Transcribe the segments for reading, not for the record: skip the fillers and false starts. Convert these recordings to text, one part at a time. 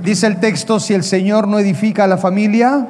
Dice el texto: si el Señor no edifica a la familia,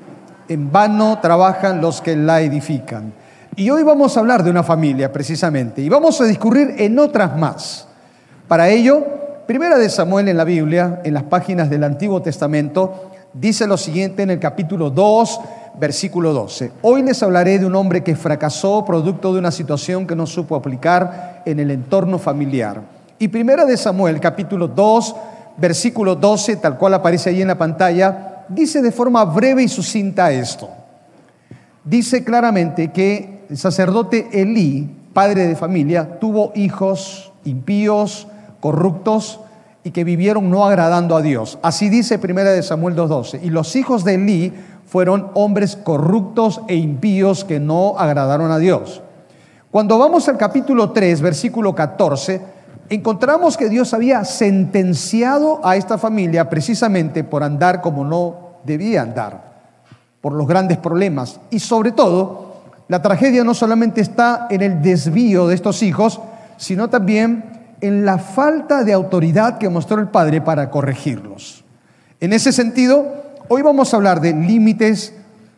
en vano trabajan los que la edifican. Y hoy vamos a hablar de una familia precisamente, y vamos a discurrir en otras más. Para ello, Primera de Samuel en la Biblia, en las páginas del Antiguo Testamento, dice lo siguiente en el capítulo 2, versículo 12. Hoy les hablaré de un hombre que fracasó producto de una situación que no supo aplicar en el entorno familiar. Y Primera de Samuel, capítulo 2, versículo 12, tal cual aparece ahí en la pantalla, dice de forma breve y sucinta esto. Dice claramente que el sacerdote Elí, padre de familia, tuvo hijos impíos, corruptos y que vivieron no agradando a Dios. Así dice Primera de Samuel 2:12. Y los hijos de Elí fueron hombres corruptos e impíos que no agradaron a Dios. Cuando vamos al capítulo 3, versículo 14, encontramos que Dios había sentenciado a esta familia precisamente por andar como no debía andar, por los grandes problemas. Y sobre todo, la tragedia no solamente está en el desvío de estos hijos, sino también en la falta de autoridad que mostró el padre para corregirlos. En ese sentido, hoy vamos a hablar de límites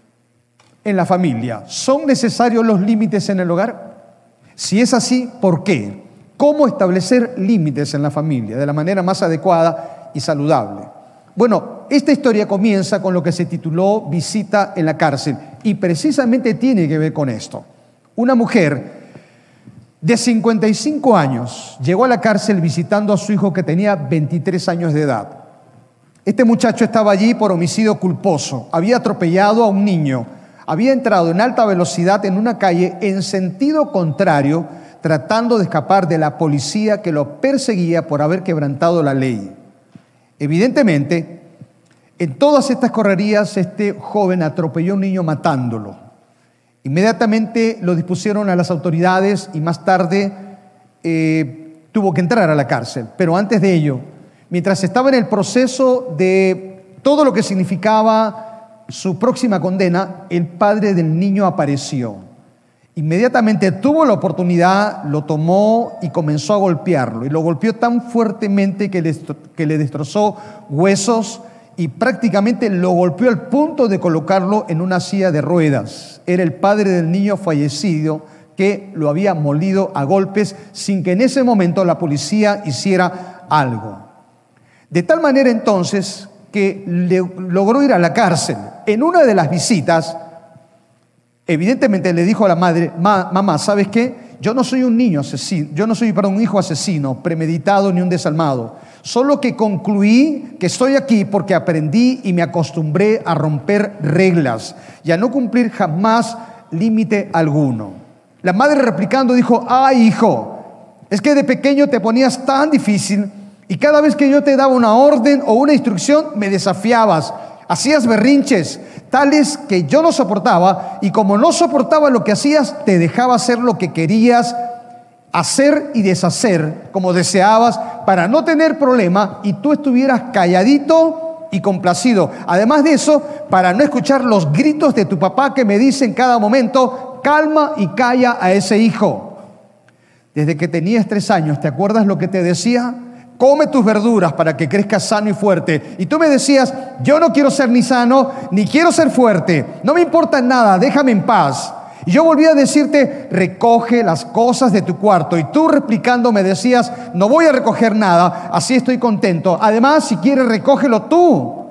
en la familia. ¿Son necesarios los límites en el hogar? Si es así, ¿por qué? ¿Cómo establecer límites en la familia de la manera más adecuada y saludable? Bueno, esta historia comienza con lo que se tituló Visita en la cárcel, y precisamente tiene que ver con esto. Una mujer de 55 años llegó a la cárcel visitando a su hijo que tenía 23 años de edad. Este muchacho estaba allí por homicidio culposo. Había atropellado a un niño. Había entrado en alta velocidad en una calle en sentido contrario, tratando de escapar de la policía que lo perseguía por haber quebrantado la ley. Evidentemente, en todas estas correrías, este joven atropelló a un niño matándolo. Inmediatamente lo dispusieron a las autoridades y más tarde tuvo que entrar a la cárcel. Pero antes de ello, mientras estaba en el proceso de todo lo que significaba su próxima condena, el padre del niño apareció. Inmediatamente tuvo la oportunidad, lo tomó y comenzó a golpearlo. Y lo golpeó tan fuertemente que le destrozó huesos y prácticamente lo golpeó al punto de colocarlo en una silla de ruedas. Era el padre del niño fallecido que lo había molido a golpes sin que en ese momento la policía hiciera algo. De tal manera entonces que logró ir a la cárcel. En una de las visitas, evidentemente le dijo a la madre: mamá, ¿sabes qué? Yo no soy un niño asesino, un hijo asesino, premeditado ni un desalmado. Solo que concluí que estoy aquí porque aprendí y me acostumbré a romper reglas y a no cumplir jamás límite alguno. La madre, replicando, dijo: ay, hijo, es que de pequeño te ponías tan difícil y cada vez que yo te daba una orden o una instrucción me desafiabas. Hacías berrinches tales que yo no soportaba, y como no soportaba lo que hacías, te dejaba hacer lo que querías hacer y deshacer como deseabas para no tener problema y tú estuvieras calladito y complacido. Además de eso, para no escuchar los gritos de tu papá que me dice en cada momento: calma y calla a ese hijo. Desde que tenías 3 años, ¿te acuerdas lo que te decía? Come tus verduras para que crezcas sano y fuerte. Y tú me decías: yo no quiero ser ni sano, ni quiero ser fuerte. No me importa nada, déjame en paz. Y yo volví a decirte: recoge las cosas de tu cuarto. Y tú, replicando, me decías: no voy a recoger nada, así estoy contento. Además, si quieres, recógelo tú.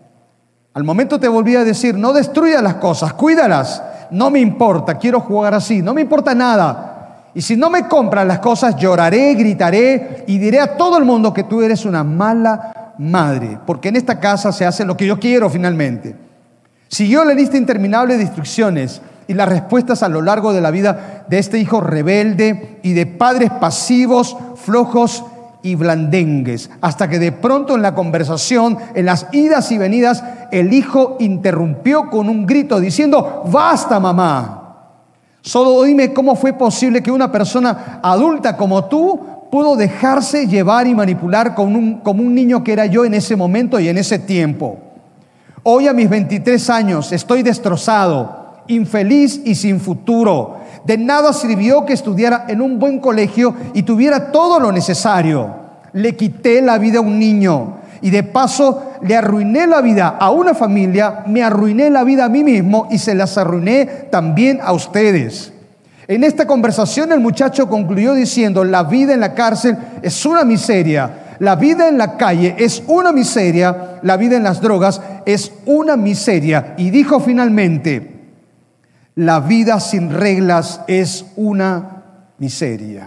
Al momento te volví a decir: no destruyas las cosas, cuídalas. No me importa, quiero jugar así, no me importa nada. Y si no me compras las cosas, lloraré, gritaré y diré a todo el mundo que tú eres una mala madre, porque en esta casa se hace lo que yo quiero finalmente. Siguió la lista interminable de instrucciones y las respuestas a lo largo de la vida de este hijo rebelde y de padres pasivos, flojos y blandengues, hasta que de pronto en la conversación, en las idas y venidas, el hijo interrumpió con un grito diciendo: ¡basta, mamá! Solo dime cómo fue posible que una persona adulta como tú pudo dejarse llevar y manipular como un niño que era yo en ese momento y en ese tiempo. Hoy, a mis 23 años, estoy destrozado, infeliz y sin futuro. De nada sirvió que estudiara en un buen colegio y tuviera todo lo necesario. Le quité la vida a un niño Y de paso le arruiné la vida a una familia, me arruiné la vida a mí mismo y se las arruiné también a ustedes. En esta conversación el muchacho concluyó diciendo: la vida en la cárcel es una miseria, la vida en la calle es una miseria, la vida en las drogas es una miseria. Y dijo finalmente: la vida sin reglas es una miseria.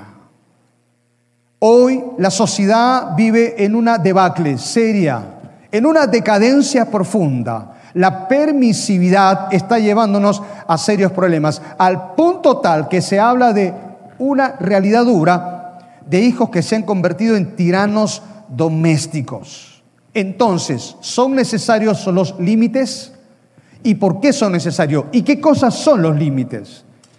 Hoy la sociedad vive en una debacle seria, en una decadencia profunda. La permisividad está llevándonos a serios problemas, al punto tal que se habla de una realidad dura de hijos que se han convertido en tiranos domésticos. Entonces, ¿son necesarios los límites? ¿Y por qué son necesarios? ¿Y qué cosas son los límites?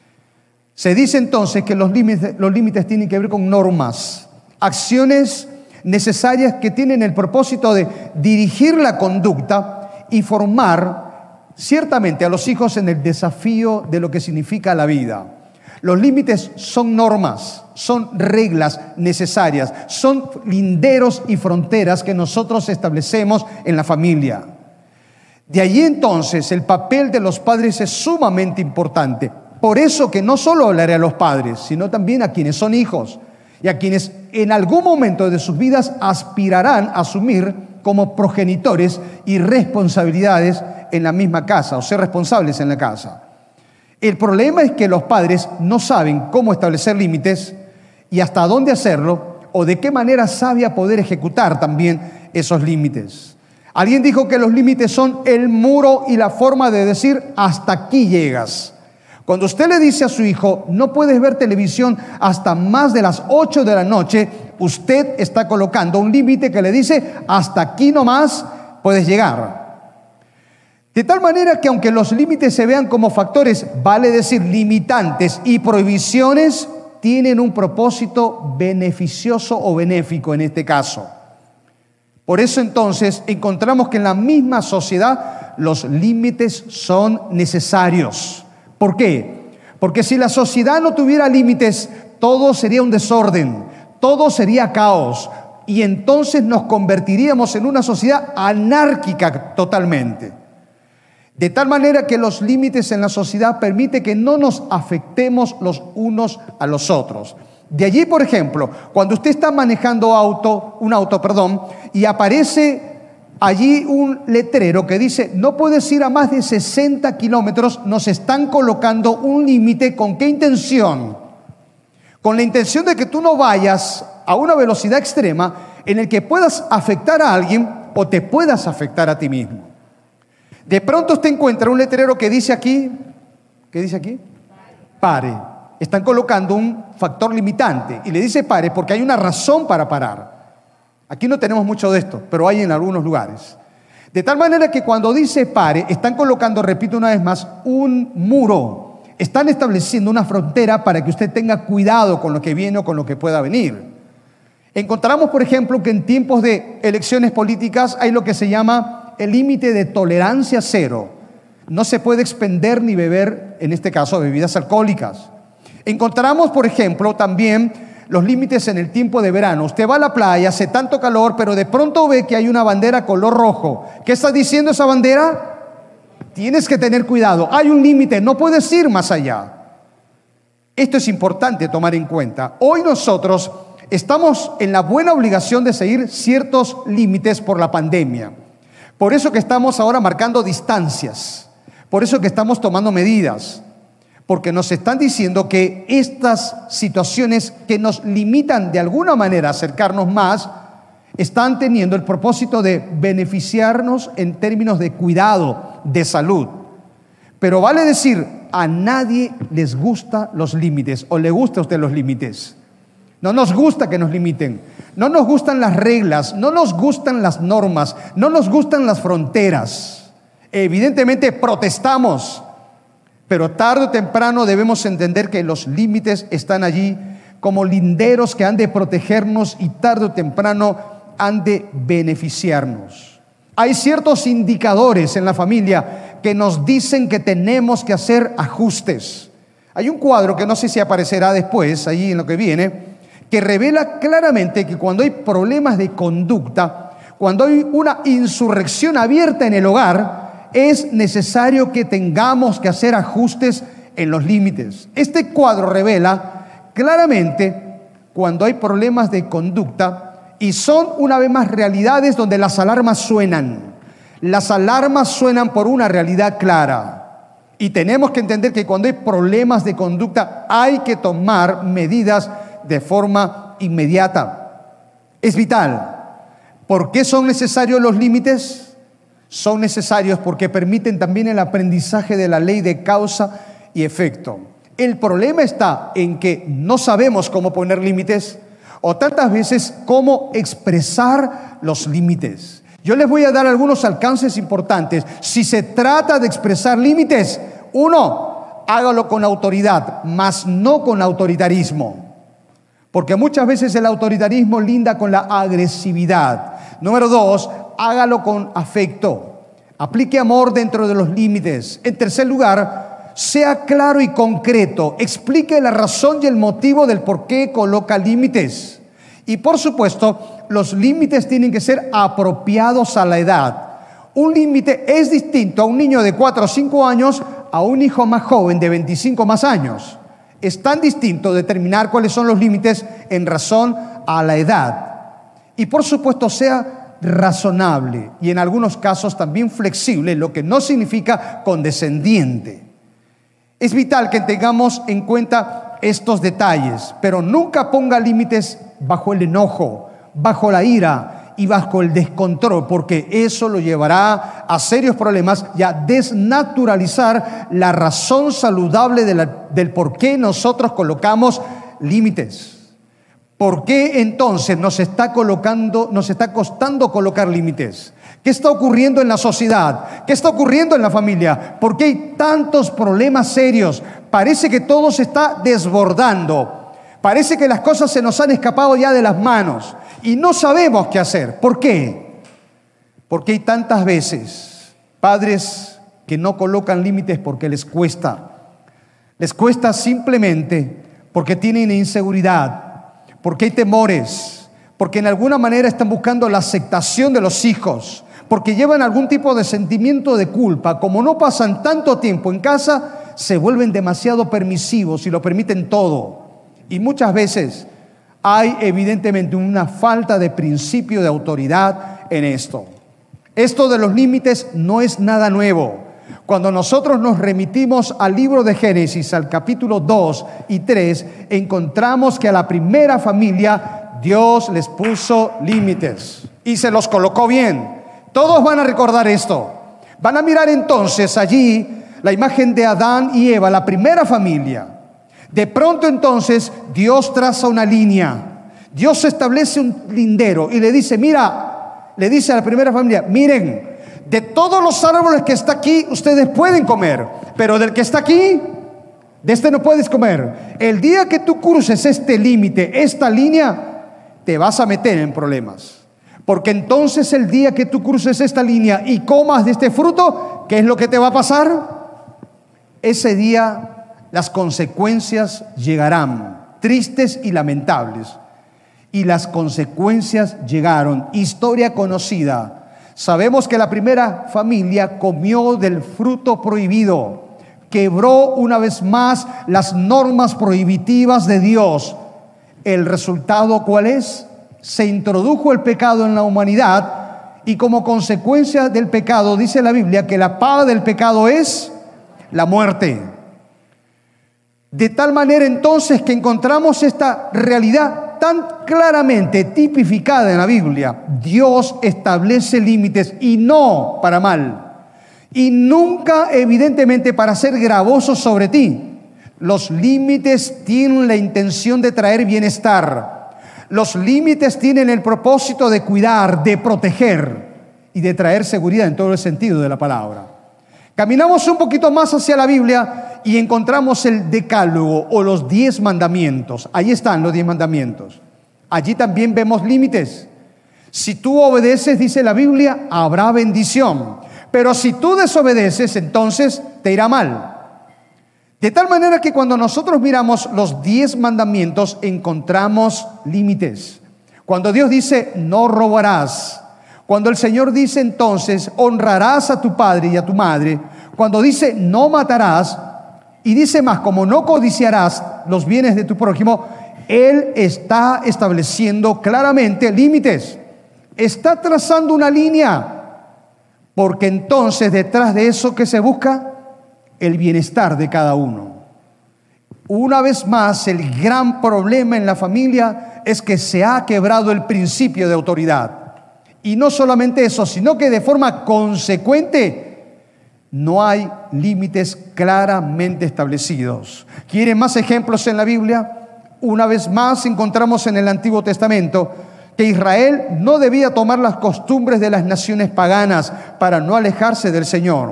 Se dice entonces que los límites tienen que ver con normas, acciones necesarias que tienen el propósito de dirigir la conducta y formar ciertamente a los hijos en el desafío de lo que significa la vida. Los límites son normas, son reglas necesarias, son linderos y fronteras que nosotros establecemos en la familia. De allí entonces el papel de los padres es sumamente importante. Por eso que no solo hablaré a los padres, sino también a quienes son hijos y a quienes en algún momento de sus vidas aspirarán a asumir como progenitores y responsabilidades en la misma casa, o ser responsables en la casa. El problema es que los padres no saben cómo establecer límites y hasta dónde hacerlo, o de qué manera sabia poder ejecutar también esos límites. Alguien dijo que los límites son el muro y la forma de decir: hasta aquí llegas. Cuando usted le dice a su hijo: no puedes ver televisión hasta más de las 8 de la noche, usted está colocando un límite que le dice: hasta aquí nomás puedes llegar. De tal manera que aunque los límites se vean como factores, vale decir limitantes y prohibiciones, tienen un propósito beneficioso o benéfico en este caso. Por eso entonces encontramos que en la misma sociedad los límites son necesarios. ¿Por qué? Porque si la sociedad no tuviera límites, todo sería un desorden, todo sería caos, y entonces nos convertiríamos en una sociedad anárquica totalmente. De tal manera que los límites en la sociedad permiten que no nos afectemos los unos a los otros. De allí, por ejemplo, cuando usted está manejando un auto, y aparece allí un letrero que dice: no puedes ir a más de 60 kilómetros, nos están colocando un límite. ¿Con qué intención? Con la intención de que tú no vayas a una velocidad extrema en el que puedas afectar a alguien o te puedas afectar a ti mismo. De pronto usted encuentra un letrero que dice aquí, ¿qué dice aquí? Pare. Están colocando un factor limitante y le dice pare porque hay una razón para parar. Aquí no tenemos mucho de esto, pero hay en algunos lugares. De tal manera que cuando dice pare, están colocando, repito una vez más, un muro. Están estableciendo una frontera para que usted tenga cuidado con lo que viene o con lo que pueda venir. Encontramos, por ejemplo, que en tiempos de elecciones políticas hay lo que se llama el límite de tolerancia cero. No se puede expender ni beber, en este caso, bebidas alcohólicas. Encontramos, por ejemplo, también los límites en el tiempo de verano. Usted va a la playa, hace tanto calor, pero de pronto ve que hay una bandera color rojo. ¿Qué está diciendo esa bandera? Tienes que tener cuidado. Hay un límite, no puedes ir más allá. Esto es importante tomar en cuenta. Hoy nosotros estamos en la buena obligación de seguir ciertos límites por la pandemia. Por eso que estamos ahora marcando distancias. Por eso que estamos tomando medidas. Porque nos están diciendo que estas situaciones que nos limitan de alguna manera a acercarnos más, están teniendo el propósito de beneficiarnos en términos de cuidado, de salud. Pero vale decir, a nadie les gustan los límites, o le gusta a usted los límites. No nos gusta que nos limiten, no nos gustan las reglas, no nos gustan las normas, no nos gustan las fronteras. Evidentemente protestamos. Pero tarde o temprano debemos entender que los límites están allí como linderos que han de protegernos y tarde o temprano han de beneficiarnos. Hay ciertos indicadores en la familia que nos dicen que tenemos que hacer ajustes. Hay un cuadro que no sé si aparecerá después, allí en lo que viene, que revela claramente que cuando hay problemas de conducta, cuando hay una insurrección abierta en el hogar, es necesario que tengamos que hacer ajustes en los límites. Este cuadro revela claramente cuando hay problemas de conducta y son una vez más realidades donde las alarmas suenan. Las alarmas suenan por una realidad clara. Y tenemos que entender que cuando hay problemas de conducta hay que tomar medidas de forma inmediata. Es vital. ¿Por qué son necesarios los límites? Son necesarios porque permiten también el aprendizaje de la ley de causa y efecto. El problema está en que no sabemos cómo poner límites o tantas veces cómo expresar los límites. Yo les voy a dar algunos alcances importantes. Si se trata de expresar límites, uno, hágalo con autoridad, mas no con autoritarismo. Porque muchas veces el autoritarismo linda con la agresividad. Número dos, hágalo con afecto. Aplique amor dentro de los límites. En tercer lugar, sea claro y concreto. Explique la razón y el motivo del por qué coloca límites. Y por supuesto, los límites tienen que ser apropiados a la edad. Un límite es distinto a un niño de 4 o 5 años a un hijo más joven de 25 más años. Es tan distinto determinar cuáles son los límites en razón a la edad. Y por supuesto sea razonable y en algunos casos también flexible, lo que no significa condescendiente. Es vital que tengamos en cuenta estos detalles, pero nunca ponga límites bajo el enojo, bajo la ira y bajo el descontrol, porque eso lo llevará a serios problemas y a desnaturalizar la razón saludable del por qué nosotros colocamos límites. ¿Por qué entonces nos está costando colocar límites? ¿Qué está ocurriendo en la sociedad? ¿Qué está ocurriendo en la familia? ¿Por qué hay tantos problemas serios? Parece que todo se está desbordando. Parece que las cosas se nos han escapado ya de las manos y no sabemos qué hacer. ¿Por qué? Porque hay tantas veces padres que no colocan límites porque les cuesta. Les cuesta simplemente porque tienen inseguridad, porque hay temores, porque en alguna manera están buscando la aceptación de los hijos, porque llevan algún tipo de sentimiento de culpa. Como no pasan tanto tiempo en casa, se vuelven demasiado permisivos y lo permiten todo. Y muchas veces hay evidentemente una falta de principio de autoridad en esto. Esto de los límites no es nada nuevo. Cuando nosotros nos remitimos al libro de Génesis, al capítulo 2 y 3, encontramos que a la primera familia Dios les puso límites y se los colocó bien. Todos van a recordar esto. Van a mirar entonces allí la imagen de Adán y Eva, la primera familia. De pronto entonces Dios traza una línea. Dios establece un lindero y le dice, mira, le dice a la primera familia, miren, de todos los árboles que está aquí, ustedes pueden comer, pero del que está aquí, de este no puedes comer. El día que tú cruces este límite, esta línea, te vas a meter en problemas. Porque entonces el día que tú cruces esta línea y comas de este fruto, ¿qué es lo que te va a pasar? Ese día las consecuencias llegarán, tristes y lamentables. Y las consecuencias llegaron. Historia conocida. Sabemos que la primera familia comió del fruto prohibido, quebró una vez más las normas prohibitivas de Dios. ¿El resultado cuál es? Se introdujo el pecado en la humanidad y como consecuencia del pecado, dice la Biblia, que la paga del pecado es la muerte. De tal manera entonces que encontramos esta realidad tan claramente tipificada en la Biblia. Dios establece límites y no para mal. Y nunca evidentemente para ser gravoso sobre ti. Los límites tienen la intención de traer bienestar. Los límites tienen el propósito de cuidar, de proteger y de traer seguridad en todo el sentido de la palabra. Caminamos un poquito más hacia la Biblia y encontramos el Decálogo o los 10 mandamientos. Ahí están los 10 mandamientos. Allí también vemos límites. Si tú obedeces, dice la Biblia, habrá bendición. Pero si tú desobedeces, entonces te irá mal. De tal manera que cuando nosotros miramos los 10 mandamientos, encontramos límites. Cuando Dios dice, no robarás. Cuando el Señor dice entonces, honrarás a tu padre y a tu madre, cuando dice no matarás, y dice más, como no codiciarás los bienes de tu prójimo, Él está estableciendo claramente límites. Está trazando una línea, porque entonces detrás de eso, ¿qué se busca? El bienestar de cada uno. Una vez más, el gran problema en la familia es que se ha quebrado el principio de autoridad. Y no solamente eso, sino que de forma consecuente no hay límites claramente establecidos. ¿Quieren más ejemplos en la Biblia? Una vez más encontramos en el Antiguo Testamento que Israel no debía tomar las costumbres de las naciones paganas para no alejarse del Señor.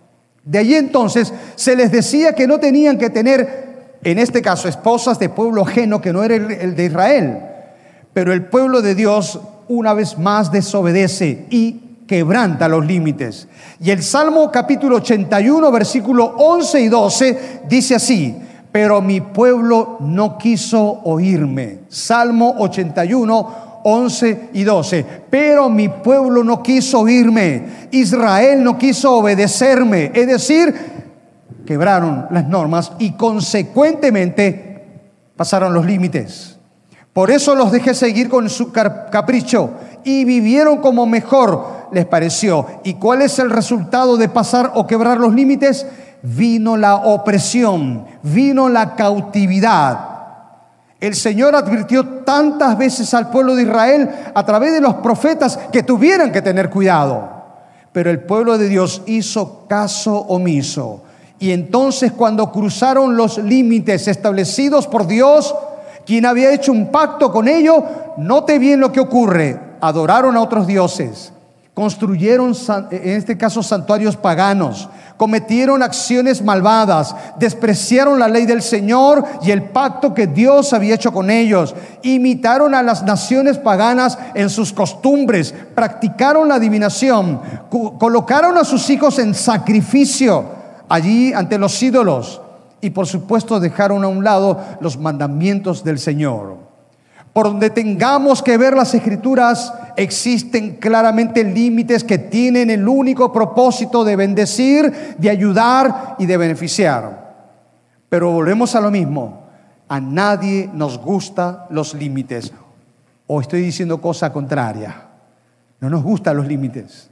De allí entonces se les decía que no tenían que tener, en este caso, esposas de pueblo ajeno que no era el de Israel. Pero el pueblo de Dios una vez más desobedece y quebranta los límites. Y el Salmo capítulo 81, versículo 11 y 12 dice así: pero mi pueblo no quiso oírme. Salmo 81, 11 y 12. Pero mi pueblo no quiso oírme. Israel no quiso obedecerme. Es decir, quebraron las normas y consecuentemente pasaron los límites. Por eso los dejé seguir con su capricho y vivieron como mejor les pareció. ¿Y cuál es el resultado de pasar o quebrar los límites? Vino la opresión, vino la cautividad. El Señor advirtió tantas veces al pueblo de Israel a través de los profetas que tuvieran que tener cuidado. Pero el pueblo de Dios hizo caso omiso. Y entonces, cuando cruzaron los límites establecidos por Dios, quien había hecho un pacto con ellos, note bien lo que ocurre: adoraron a otros dioses, construyeron, en este caso, santuarios paganos, cometieron acciones malvadas, despreciaron la ley del Señor y el pacto que Dios había hecho con ellos, imitaron a las naciones paganas en sus costumbres, practicaron la adivinación, colocaron a sus hijos en sacrificio allí ante los ídolos y por supuesto dejaron a un lado los mandamientos del Señor. Por donde tengamos que ver las Escrituras, existen claramente límites que tienen el único propósito de bendecir, de ayudar y de beneficiar. Pero volvemos a lo mismo: a nadie nos gustan los límites. O estoy diciendo cosa contraria. No nos gustan los límites.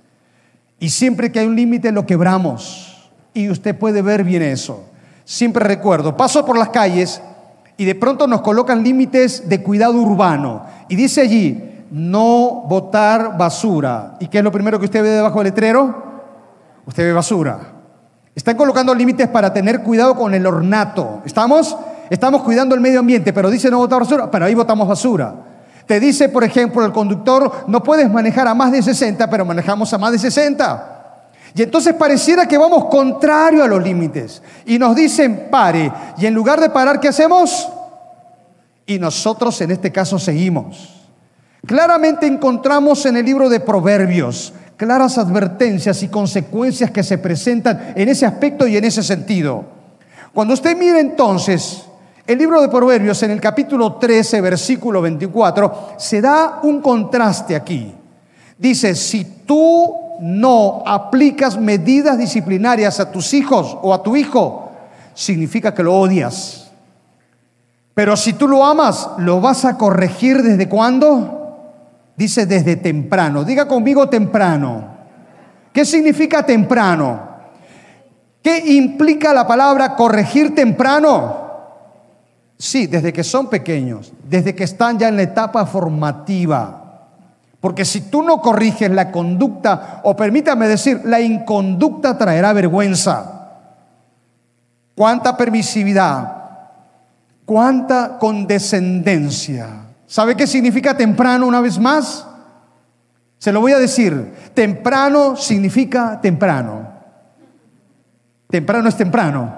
Y siempre que hay un límite lo quebramos. Y usted puede ver bien eso. Siempre recuerdo, paso por las calles y de pronto nos colocan límites de cuidado urbano. Y dice allí, no botar basura. ¿Y qué es lo primero que usted ve debajo del letrero? Usted ve basura. Están colocando límites para tener cuidado con el ornato. ¿Estamos? Estamos cuidando el medio ambiente, pero dice no botar basura, pero ahí botamos basura. Te dice, por ejemplo, el conductor, no puedes manejar a más de 60, pero manejamos a más de 60. Y entonces pareciera que vamos contrario a los límites. Y nos dicen pare. Y en lugar de parar, ¿qué hacemos? Y nosotros en este caso seguimos. Claramente encontramos en el libro de Proverbios claras advertencias y consecuencias que se presentan en ese aspecto y en ese sentido. Cuando usted mire entonces el libro de Proverbios en el capítulo 13, versículo 24, se da un contraste aquí. Dice, si tú no aplicas medidas disciplinarias a tus hijos o a tu hijo, significa que lo odias. Pero si tú lo amas, lo vas a corregir ¿desde cuándo? Dice desde temprano. Diga conmigo temprano. ¿Qué significa temprano? ¿Qué implica la palabra corregir temprano? Sí, desde que son pequeños, desde que están ya en la etapa formativa. Porque si tú no corriges la conducta, o permítame decir, la inconducta traerá vergüenza. Cuánta permisividad, cuánta condescendencia. ¿Sabe qué significa temprano una vez más? Se lo voy a decir. Temprano significa temprano. Temprano es temprano.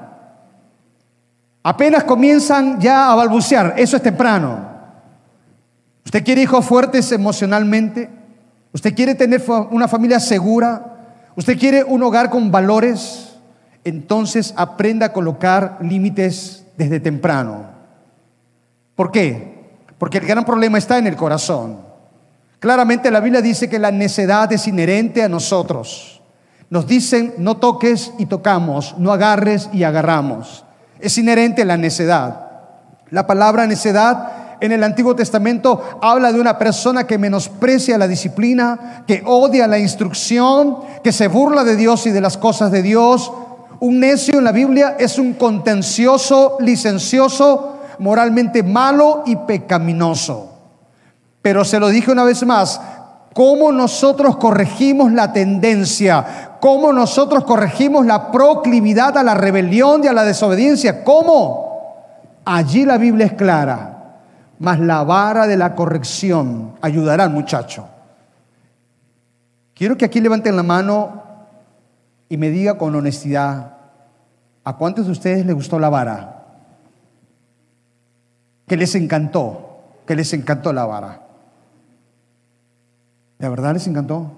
Apenas comienzan ya a balbucear, eso es temprano. ¿Usted quiere hijos fuertes emocionalmente? ¿Usted quiere tener una familia segura? ¿Usted quiere un hogar con valores? Entonces aprenda a colocar límites desde temprano. ¿Por qué? Porque el gran problema está en el corazón. Claramente la Biblia dice que la necedad es inherente a nosotros. Nos dicen, no toques y tocamos, no agarres y agarramos. Es inherente la necedad. La palabra necedad en el Antiguo Testamento habla de una persona que menosprecia la disciplina, que odia la instrucción, que se burla de Dios y de las cosas de Dios. Un necio en la Biblia es un contencioso, licencioso, moralmente malo y pecaminoso. Pero se lo dije una vez más, ¿cómo nosotros corregimos la tendencia? ¿Cómo nosotros corregimos la proclividad a la rebelión y a la desobediencia? ¿Cómo? Allí la Biblia es clara. Mas la vara de la corrección ayudará al muchacho. Quiero que aquí levanten la mano y me diga con honestidad, ¿a cuántos de ustedes les gustó la vara? ¿Qué les encantó? ¿Qué les encantó la vara? ¿De verdad les encantó?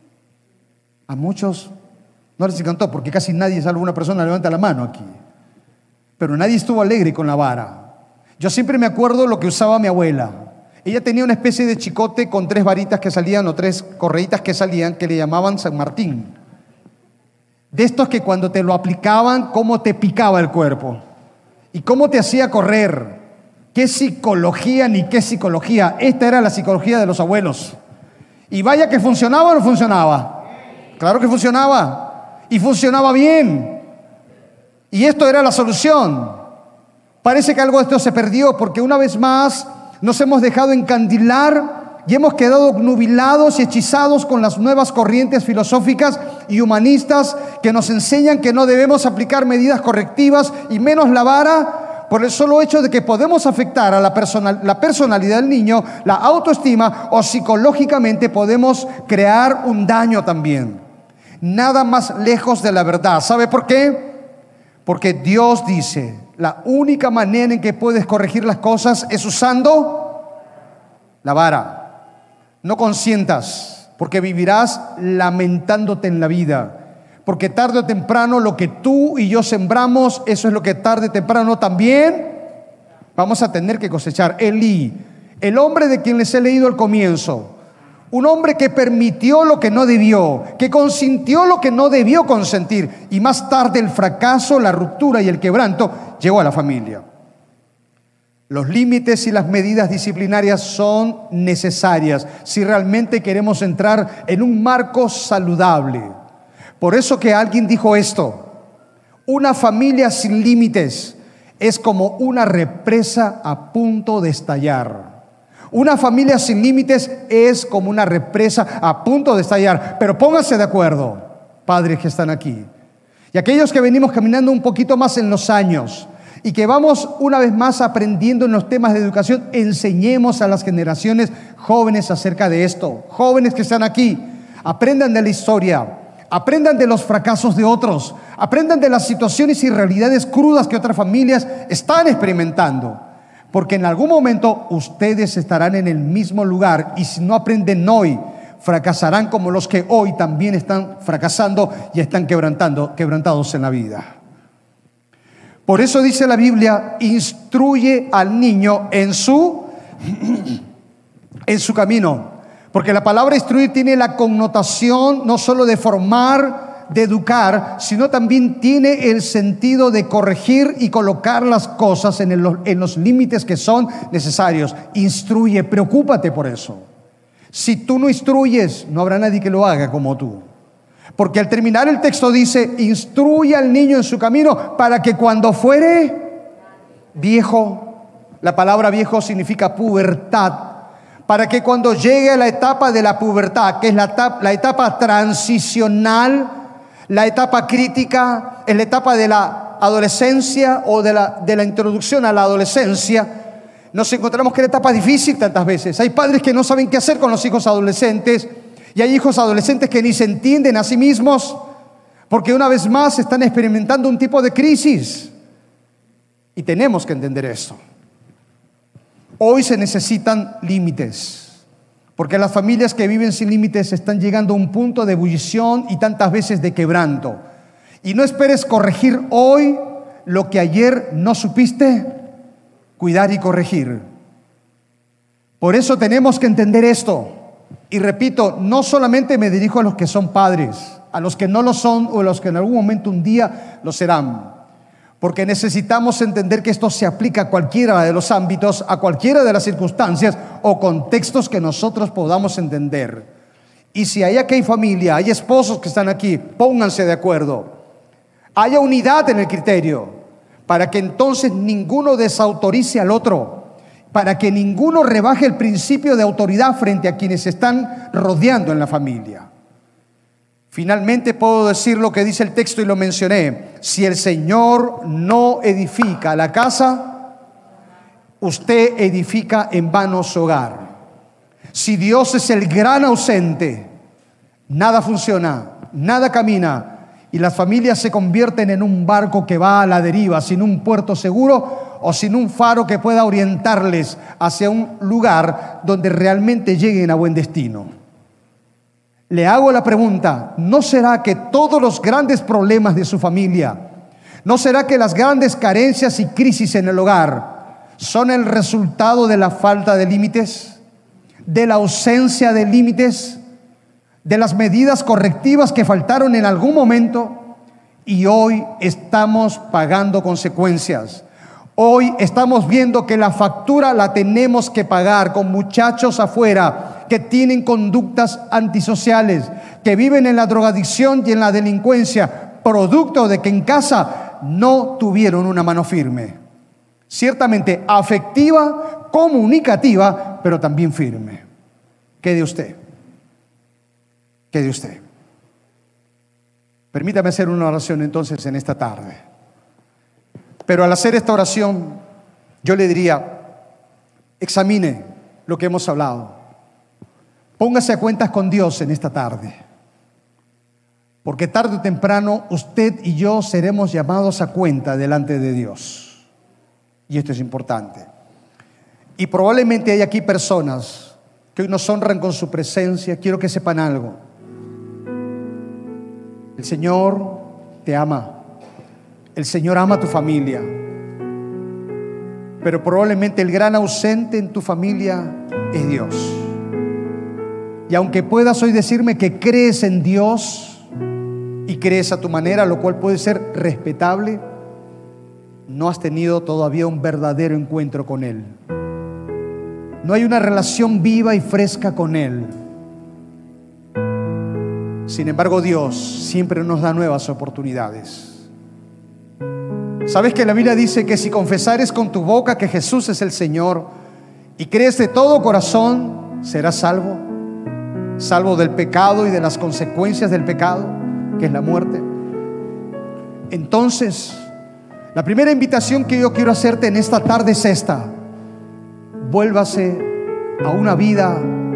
A muchos no les encantó, porque casi nadie, salvo una persona, levanta la mano aquí. Pero nadie estuvo alegre con la vara. Yo siempre me acuerdo lo que usaba mi abuela. Ella tenía una especie de chicote con 3 varitas que salían o 3 correitas que salían, que le llamaban San Martín. De estos que cuando te lo aplicaban, cómo te picaba el cuerpo y cómo te hacía correr. Qué psicología ni qué psicología. Esta era la psicología de los abuelos. Y vaya que funcionaba o no funcionaba. Claro que funcionaba. Y funcionaba bien. Y esto era la solución. Parece que algo de esto se perdió porque una vez más nos hemos dejado encandilar y hemos quedado obnubilados y hechizados con las nuevas corrientes filosóficas y humanistas que nos enseñan que no debemos aplicar medidas correctivas y menos la vara por el solo hecho de que podemos afectar a la personalidad del niño, la autoestima, o psicológicamente podemos crear un daño también. Nada más lejos de la verdad. ¿Sabe por qué? Porque Dios dice, la única manera en que puedes corregir las cosas es usando la vara. No consientas, porque vivirás lamentándote en la vida. Porque tarde o temprano lo que tú y yo sembramos, eso es lo que tarde o temprano también vamos a tener que cosechar. Elí, el hombre de quien les he leído al comienzo, un hombre que permitió lo que no debió, que consintió lo que no debió consentir, y más tarde el fracaso, la ruptura y el quebranto llegó a la familia. Los límites y las medidas disciplinarias son necesarias si realmente queremos entrar en un marco saludable. Por eso que alguien dijo esto: una familia sin límites es como una represa a punto de estallar. Una familia sin límites es como una represa a punto de estallar. Pero pónganse de acuerdo, padres que están aquí, y aquellos que venimos caminando un poquito más en los años y que vamos una vez más aprendiendo en los temas de educación, enseñemos a las generaciones jóvenes acerca de esto. Jóvenes que están aquí, aprendan de la historia, aprendan de los fracasos de otros, aprendan de las situaciones y realidades crudas que otras familias están experimentando. Porque en algún momento ustedes estarán en el mismo lugar, y si no aprenden hoy, fracasarán como los que hoy también están fracasando y están quebrantados en la vida. Por eso dice la Biblia, instruye al niño en su camino. Porque la palabra instruir tiene la connotación no solo de formar, de educar, sino también tiene el sentido de corregir y colocar las cosas en los límites que son necesarios. Instruye, preocúpate por eso. Si tú no instruyes, no habrá nadie que lo haga como tú. Porque al terminar el texto dice, instruye al niño en su camino para que cuando fuere viejo, la palabra viejo significa pubertad, para que cuando llegue a la etapa de la pubertad, que es la etapa transicional, la etapa crítica, es la etapa de la adolescencia o de la introducción a la adolescencia, nos encontramos que es la etapa difícil tantas veces. Hay padres que no saben qué hacer con los hijos adolescentes, y hay hijos adolescentes que ni se entienden a sí mismos, porque una vez más están experimentando un tipo de crisis. Y tenemos que entender eso. Hoy se necesitan límites. Porque las familias que viven sin límites están llegando a un punto de ebullición y tantas veces de quebranto. Y no esperes corregir hoy lo que ayer no supiste cuidar y corregir. Por eso tenemos que entender esto. Y repito, no solamente me dirijo a los que son padres, a los que no lo son o a los que en algún momento un día lo serán. Porque necesitamos entender que esto se aplica a cualquiera de los ámbitos, a cualquiera de las circunstancias o contextos que nosotros podamos entender. Y si hay aquí familia, hay esposos que están aquí, pónganse de acuerdo. Haya unidad en el criterio, para que entonces ninguno desautorice al otro, para que ninguno rebaje el principio de autoridad frente a quienes se están rodeando en la familia. Finalmente puedo decir lo que dice el texto y lo mencioné. Si el Señor no edifica la casa, usted edifica en vano su hogar. Si Dios es el gran ausente, nada funciona, nada camina, y las familias se convierten en un barco que va a la deriva, sin un puerto seguro o sin un faro que pueda orientarles hacia un lugar donde realmente lleguen a buen destino. Le hago la pregunta, ¿no será que todos los grandes problemas de su familia, no será que las grandes carencias y crisis en el hogar son el resultado de la falta de límites, de la ausencia de límites, de las medidas correctivas que faltaron en algún momento y hoy estamos pagando consecuencias? Hoy estamos viendo que la factura la tenemos que pagar con muchachos afuera que tienen conductas antisociales, que viven en la drogadicción y en la delincuencia, producto de que en casa no tuvieron una mano firme. Ciertamente afectiva, comunicativa, pero también firme. ¿Qué de usted? ¿Qué de usted? Permítame hacer una oración entonces en esta tarde. Pero al hacer esta oración, yo le diría, examine lo que hemos hablado. Póngase a cuentas con Dios en esta tarde. Porque tarde o temprano usted y yo seremos llamados a cuenta delante de Dios. Y esto es importante. Y probablemente hay aquí personas que hoy nos honran con su presencia. Quiero que sepan algo. El Señor te ama. El Señor ama a tu familia. Pero probablemente el gran ausente en tu familia es Dios. Y aunque puedas hoy decirme que crees en Dios y crees a tu manera, lo cual puede ser respetable, no has tenido todavía un verdadero encuentro con Él. No hay una relación viva y fresca con Él. Sin embargo, Dios siempre nos da nuevas oportunidades. ¿Sabes que la Biblia dice que si confesares con tu boca que Jesús es el Señor y crees de todo corazón, serás salvo? Salvo del pecado y de las consecuencias del pecado, que es la muerte. Entonces, la primera invitación que yo quiero hacerte en esta tarde es esta: vuélvase a una vida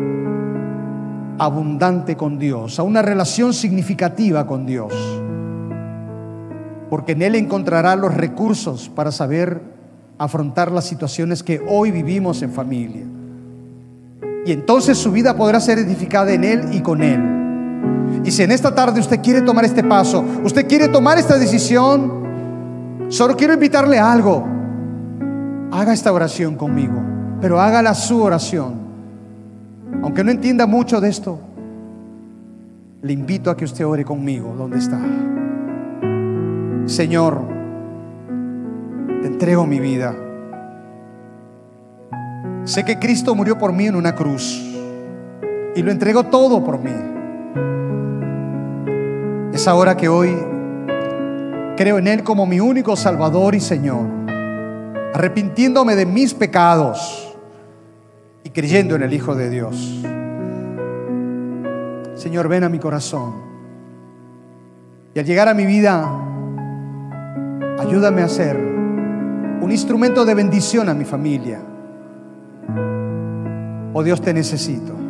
abundante con Dios, a una relación significativa con Dios, porque en Él encontrará los recursos para saber afrontar las situaciones que hoy vivimos en familia. Y entonces su vida podrá ser edificada en Él y con Él. Y si en esta tarde usted quiere tomar este paso, usted quiere tomar esta decisión, solo quiero invitarle a algo. Haga esta oración conmigo, pero hágala su oración. Aunque no entienda mucho de esto, le invito a que usted ore conmigo donde está. Señor, te entrego mi vida. Sé que Cristo murió por mí en una cruz y lo entregó todo por mí. Es ahora que hoy creo en Él como mi único Salvador y Señor, arrepintiéndome de mis pecados y creyendo en el Hijo de Dios. Señor, ven a mi corazón y al llegar a mi vida, ayúdame a ser un instrumento de bendición a mi familia. Oh Dios, te necesito.